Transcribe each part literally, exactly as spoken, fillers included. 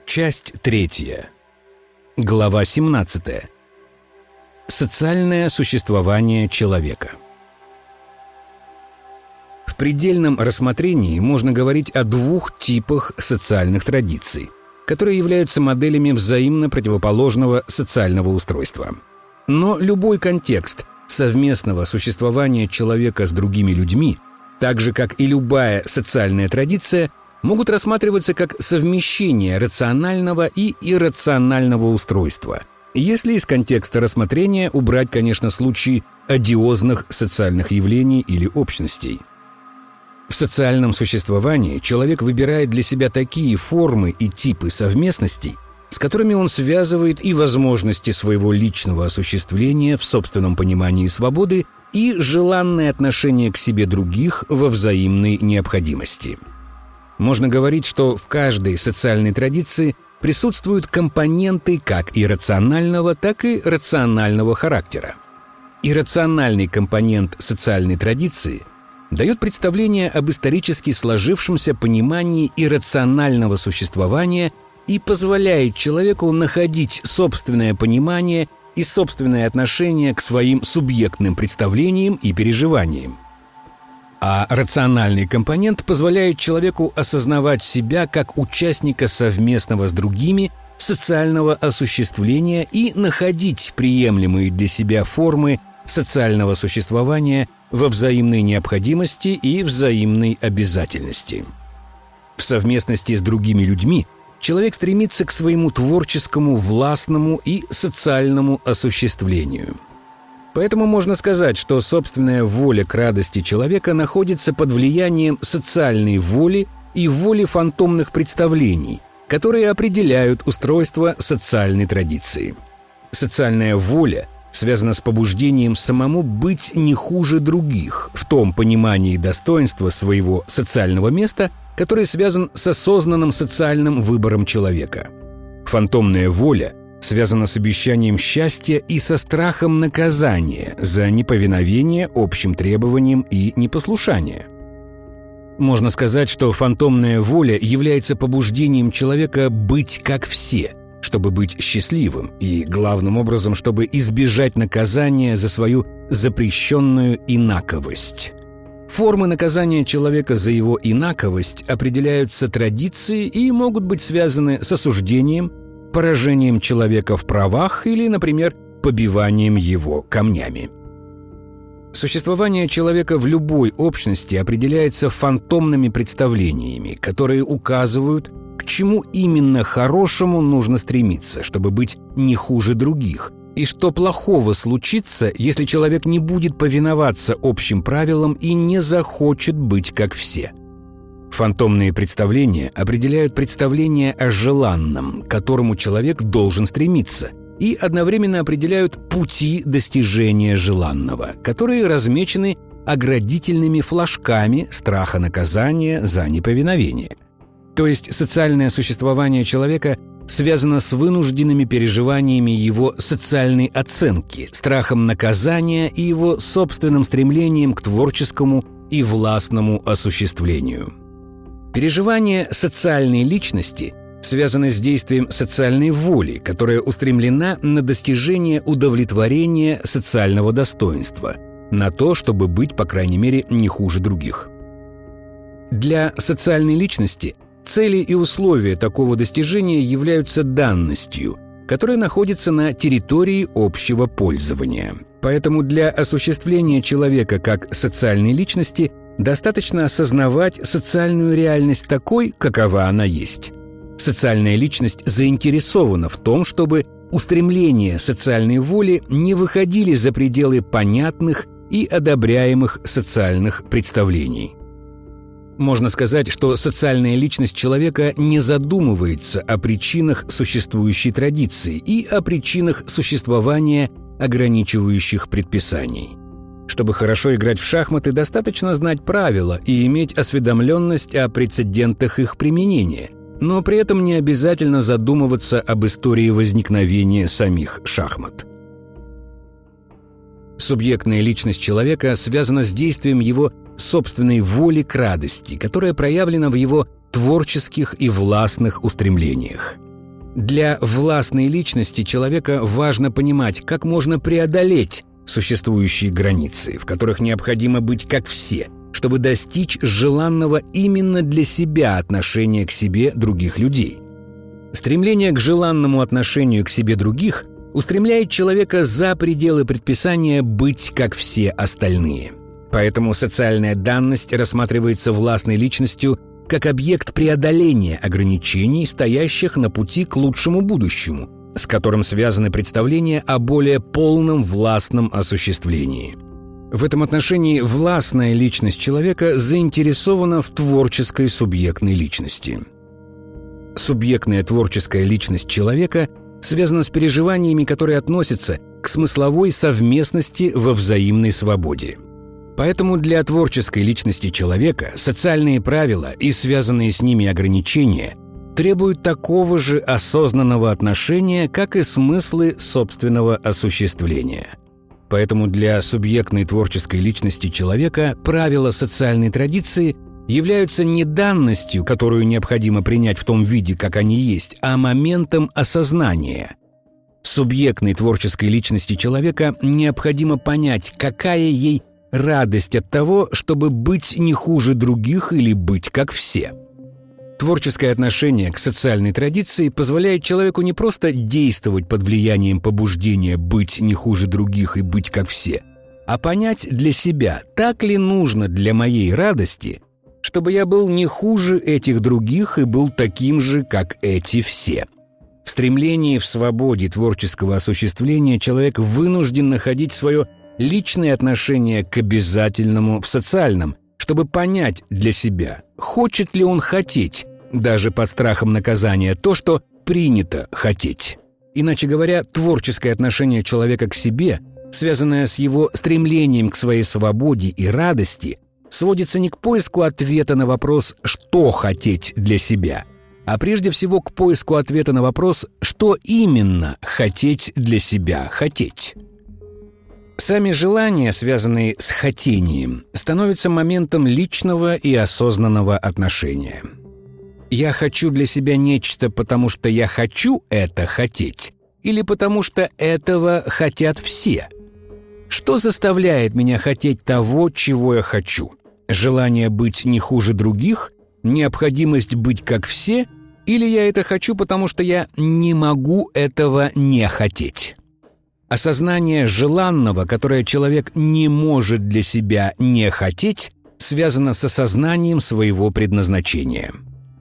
Часть третья. Глава семнадцатая. Социальное существование человека. В предельном рассмотрении можно говорить о двух типах социальных традиций, которые являются моделями взаимно противоположного социального устройства. Но любой контекст совместного существования человека с другими людьми, так же как и любая социальная традиция, могут рассматриваться как совмещение рационального и иррационального устройства, если из контекста рассмотрения убрать, конечно, случаи одиозных социальных явлений или общностей. В социальном существовании человек выбирает для себя такие формы и типы совместностей, с которыми он связывает и возможности своего личного осуществления в собственном понимании свободы, и желанное отношение к себе других во взаимной необходимости. Можно говорить, что в каждой социальной традиции присутствуют компоненты как иррационального, так и рационального характера. Иррациональный компонент социальной традиции дает представление об исторически сложившемся понимании иррационального существования и позволяет человеку находить собственное понимание и собственное отношение к своим субъектным представлениям и переживаниям. А рациональный компонент позволяет человеку осознавать себя как участника совместного с другими социального осуществления и находить приемлемые для себя формы социального существования во взаимной необходимости и взаимной обязательности. В совместности с другими людьми человек стремится к своему творческому, властному и социальному осуществлению. Поэтому можно сказать, что собственная воля к радости человека находится под влиянием социальной воли и воли фантомных представлений, которые определяют устройство социальной традиции. Социальная воля связана с побуждением самому быть не хуже других в том понимании достоинства своего социального места, который связан с осознанным социальным выбором человека. Фантомная воля связана с обещанием счастья и со страхом наказания за неповиновение общим требованиям и непослушание. Можно сказать, что фантомная воля является побуждением человека быть как все, чтобы быть счастливым, и, главным образом, чтобы избежать наказания за свою запрещенную инаковость. Формы наказания человека за его инаковость определяются традицией и могут быть связаны с осуждением, поражением человека в правах или, например, побиванием его камнями. Существование человека в любой общности определяется фантомными представлениями, которые указывают, к чему именно хорошему нужно стремиться, чтобы быть не хуже других, и что плохого случится, если человек не будет повиноваться общим правилам и не захочет быть как все. Фантомные представления определяют представление о желанном, к которому человек должен стремиться, и одновременно определяют пути достижения желанного, которые размечены оградительными флажками страха наказания за неповиновение. То есть социальное существование человека связано с вынужденными переживаниями его социальной оценки, страхом наказания и его собственным стремлением к творческому и властному осуществлению. Переживание социальной личности связано с действием социальной воли, которая устремлена на достижение удовлетворения социального достоинства, на то, чтобы быть, по крайней мере, не хуже других. Для социальной личности цели и условия такого достижения являются данностью, которая находится на территории общего пользования. Поэтому для осуществления человека как социальной личности достаточно осознавать социальную реальность такой, какова она есть. Социальная личность заинтересована в том, чтобы устремления социальной воли не выходили за пределы понятных и одобряемых социальных представлений. Можно сказать, что социальная личность человека не задумывается о причинах существующей традиции и о причинах существования ограничивающих предписаний. Чтобы хорошо играть в шахматы, достаточно знать правила и иметь осведомленность о прецедентах их применения, но при этом не обязательно задумываться об истории возникновения самих шахмат. Субъектная личность человека связана с действием его собственной воли к радости, которая проявлена в его творческих и властных устремлениях. Для властной личности человека важно понимать, как можно преодолеть существующие границы, в которых необходимо быть как все, чтобы достичь желанного именно для себя отношения к себе других людей. Стремление к желанному отношению к себе других устремляет человека за пределы предписания быть как все остальные. Поэтому социальная данность рассматривается властной личностью как объект преодоления ограничений, стоящих на пути к лучшему будущему, с которым связаны представления о более полном властном осуществлении. В этом отношении властная личность человека заинтересована в творческой субъектной личности. Субъектная творческая личность человека связана с переживаниями, которые относятся к смысловой совместности во взаимной свободе. Поэтому для творческой личности человека социальные правила и связанные с ними ограничения требуют такого же осознанного отношения, как и смыслы собственного осуществления. Поэтому для субъектной творческой личности человека правила социальной традиции являются не данностью, которую необходимо принять в том виде, как они есть, а моментом осознания. Субъектной творческой личности человека необходимо понять, какая ей радость от того, чтобы быть не хуже других или быть как все. Творческое отношение к социальной традиции позволяет человеку не просто действовать под влиянием побуждения быть не хуже других и быть как все, а понять для себя, так ли нужно для моей радости, чтобы я был не хуже этих других и был таким же, как эти все. В стремлении в свободе творческого осуществления человек вынужден находить свое личное отношение к обязательному в социальном, чтобы понять для себя, хочет ли он хотеть, даже под страхом наказания, то, что принято хотеть. Иначе говоря, творческое отношение человека к себе, связанное с его стремлением к своей свободе и радости, сводится не к поиску ответа на вопрос «что хотеть для себя», а прежде всего к поиску ответа на вопрос «что именно хотеть для себя хотеть». Сами желания, связанные с хотением, становятся моментом личного и осознанного отношения. Я хочу для себя нечто, потому что я хочу это хотеть, или потому что этого хотят все. Что заставляет меня хотеть того, чего я хочу? Желание быть не хуже других, необходимость быть как все, или я это хочу, потому что я не могу этого не хотеть? Осознание желанного, которое человек не может для себя не хотеть, связано с осознанием своего предназначения.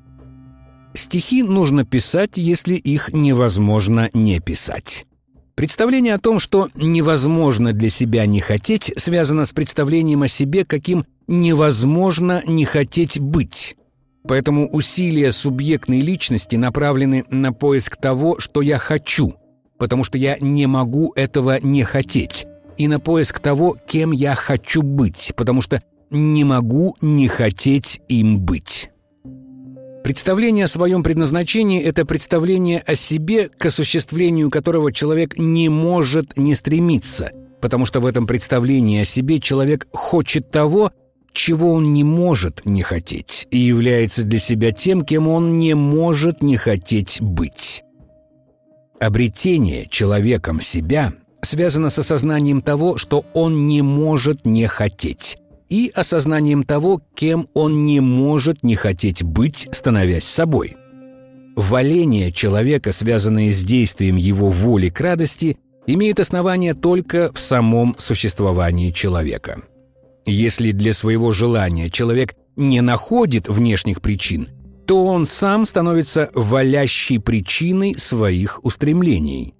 Стихи нужно писать, если их невозможно не писать. Представление о том, что невозможно для себя не хотеть, связано с представлением о себе, каким невозможно не хотеть быть. Поэтому усилия субъектной личности направлены на поиск того, что я хочу, потому что я не могу этого не хотеть, и на поиск того, кем я хочу быть, потому что не могу не хотеть им быть. Представление о своем предназначении – это представление о себе, к осуществлению которого человек не может не стремиться, потому что в этом представлении о себе человек хочет того, чего он не может не хотеть, и является для себя тем, кем он не может не хотеть быть. Обретение человеком себя связано с осознанием того, что он не может не хотеть, и осознанием того, кем он не может не хотеть быть, становясь собой. Валение человека, связанное с действием его воли к радости, имеет основание только в самом существовании человека. Если для своего желания человек не находит внешних причин, то он сам становится валящей причиной своих устремлений.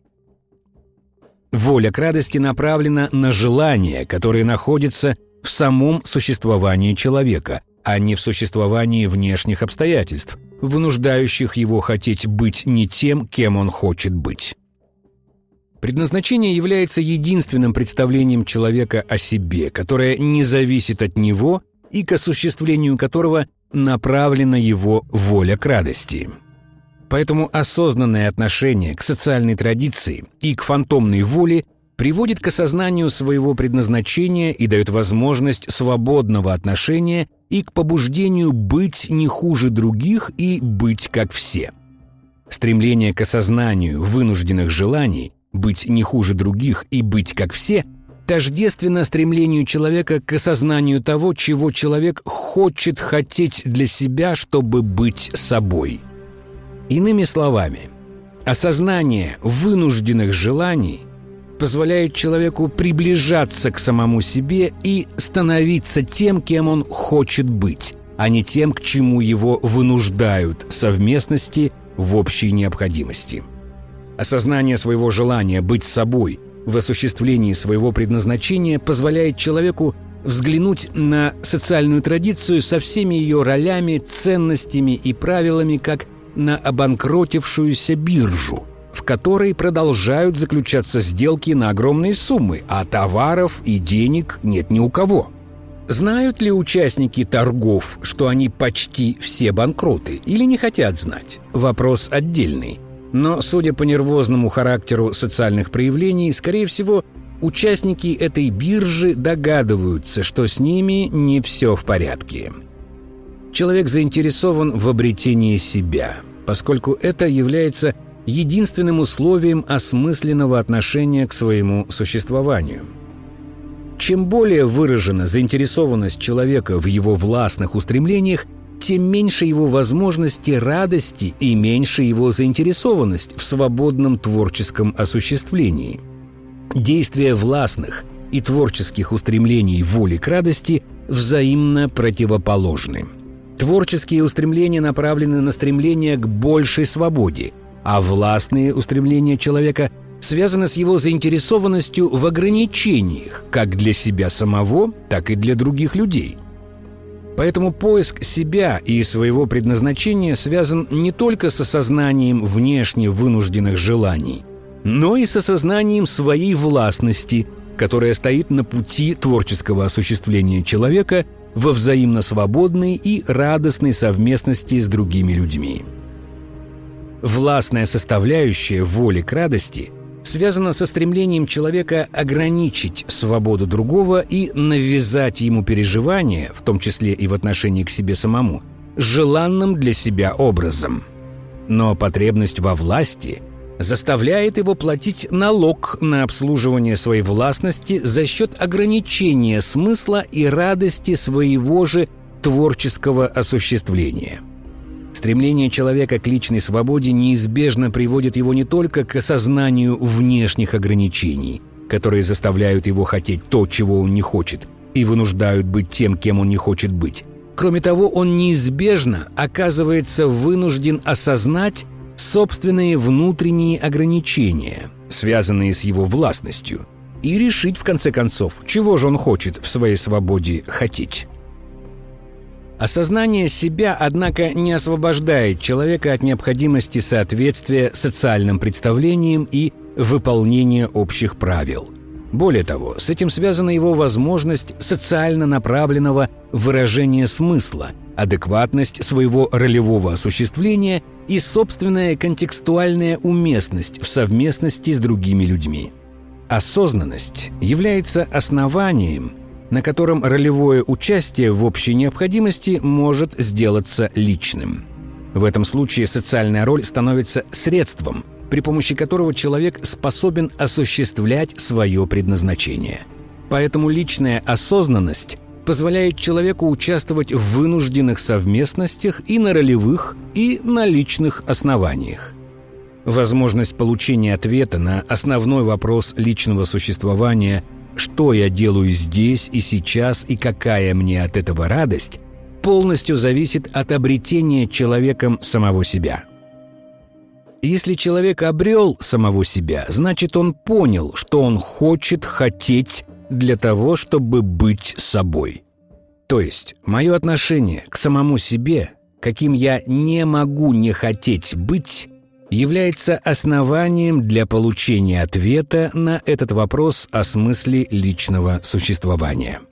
Воля к радости направлена на желания, которые находятся в самом существовании человека, а не в существовании внешних обстоятельств, вынуждающих его хотеть быть не тем, кем он хочет быть. Предназначение является единственным представлением человека о себе, которое не зависит от него и к осуществлению которого направлена его воля к радости. Поэтому осознанное отношение к социальной традиции и к фантомной воле приводит к осознанию своего предназначения и дает возможность свободного отношения и к побуждению быть не хуже других и быть как все. Стремление к осознанию вынужденных желаний, быть не хуже других и быть как все, тождественно стремлению человека к осознанию того, чего человек хочет хотеть для себя, чтобы быть собой. Иными словами, осознание вынужденных желаний позволяет человеку приближаться к самому себе и становиться тем, кем он хочет быть, а не тем, к чему его вынуждают совместности в общей необходимости. Осознание своего желания быть собой в осуществлении своего предназначения позволяет человеку взглянуть на социальную традицию со всеми ее ролями, ценностями и правилами, как на обанкротившуюся биржу, в которой продолжают заключаться сделки на огромные суммы, а товаров и денег нет ни у кого. Знают ли участники торгов, что они почти все банкроты, или не хотят знать? Вопрос отдельный. Но, судя по нервозному характеру социальных проявлений, скорее всего, участники этой биржи догадываются, что с ними не все в порядке. Человек заинтересован в обретении себя, поскольку это является единственным условием осмысленного отношения к своему существованию. Чем более выражена заинтересованность человека в его властных устремлениях, тем меньше его возможности радости и меньше его заинтересованность в свободном творческом осуществлении. Действия властных и творческих устремлений воли к радости взаимно противоположны. Творческие устремления направлены на стремление к большей свободе, а властные устремления человека связаны с его заинтересованностью в ограничениях как для себя самого, так и для других людей. Поэтому поиск себя и своего предназначения связан не только с осознанием внешне вынужденных желаний, но и с осознанием своей властности, которая стоит на пути творческого осуществления человека во взаимно свободной и радостной совместности с другими людьми. Властная составляющая воли к радости связана со стремлением человека ограничить свободу другого и навязать ему переживания, в том числе и в отношении к себе самому, желанным для себя образом. Но потребность во власти заставляет его платить налог на обслуживание своей властности за счет ограничения смысла и радости своего же творческого осуществления. Стремление человека к личной свободе неизбежно приводит его не только к осознанию внешних ограничений, которые заставляют его хотеть то, чего он не хочет, и вынуждают быть тем, кем он не хочет быть. Кроме того, он неизбежно оказывается вынужден осознать собственные внутренние ограничения, связанные с его властностью, и решить, в конце концов, чего же он хочет в своей свободе хотеть. Осознание себя, однако, не освобождает человека от необходимости соответствия социальным представлениям и выполнения общих правил. Более того, с этим связана его возможность социально направленного выражения смысла, адекватность своего ролевого осуществления и собственная контекстуальная уместность в совместности с другими людьми. Осознанность является основанием, на котором ролевое участие в общей необходимости может сделаться личным. В этом случае социальная роль становится средством, при помощи которого человек способен осуществлять свое предназначение. Поэтому личная осознанность позволяет человеку участвовать в вынужденных совместностях и на ролевых, и на личных основаниях. Возможность получения ответа на основной вопрос личного существования «что я делаю здесь и сейчас и какая мне от этого радость?» полностью зависит от обретения человеком самого себя. Если человек обрел самого себя, значит, он понял, что он хочет хотеть для того, чтобы быть собой. То есть, мое отношение к самому себе, каким я не могу не хотеть быть, является основанием для получения ответа на этот вопрос о смысле личного существования.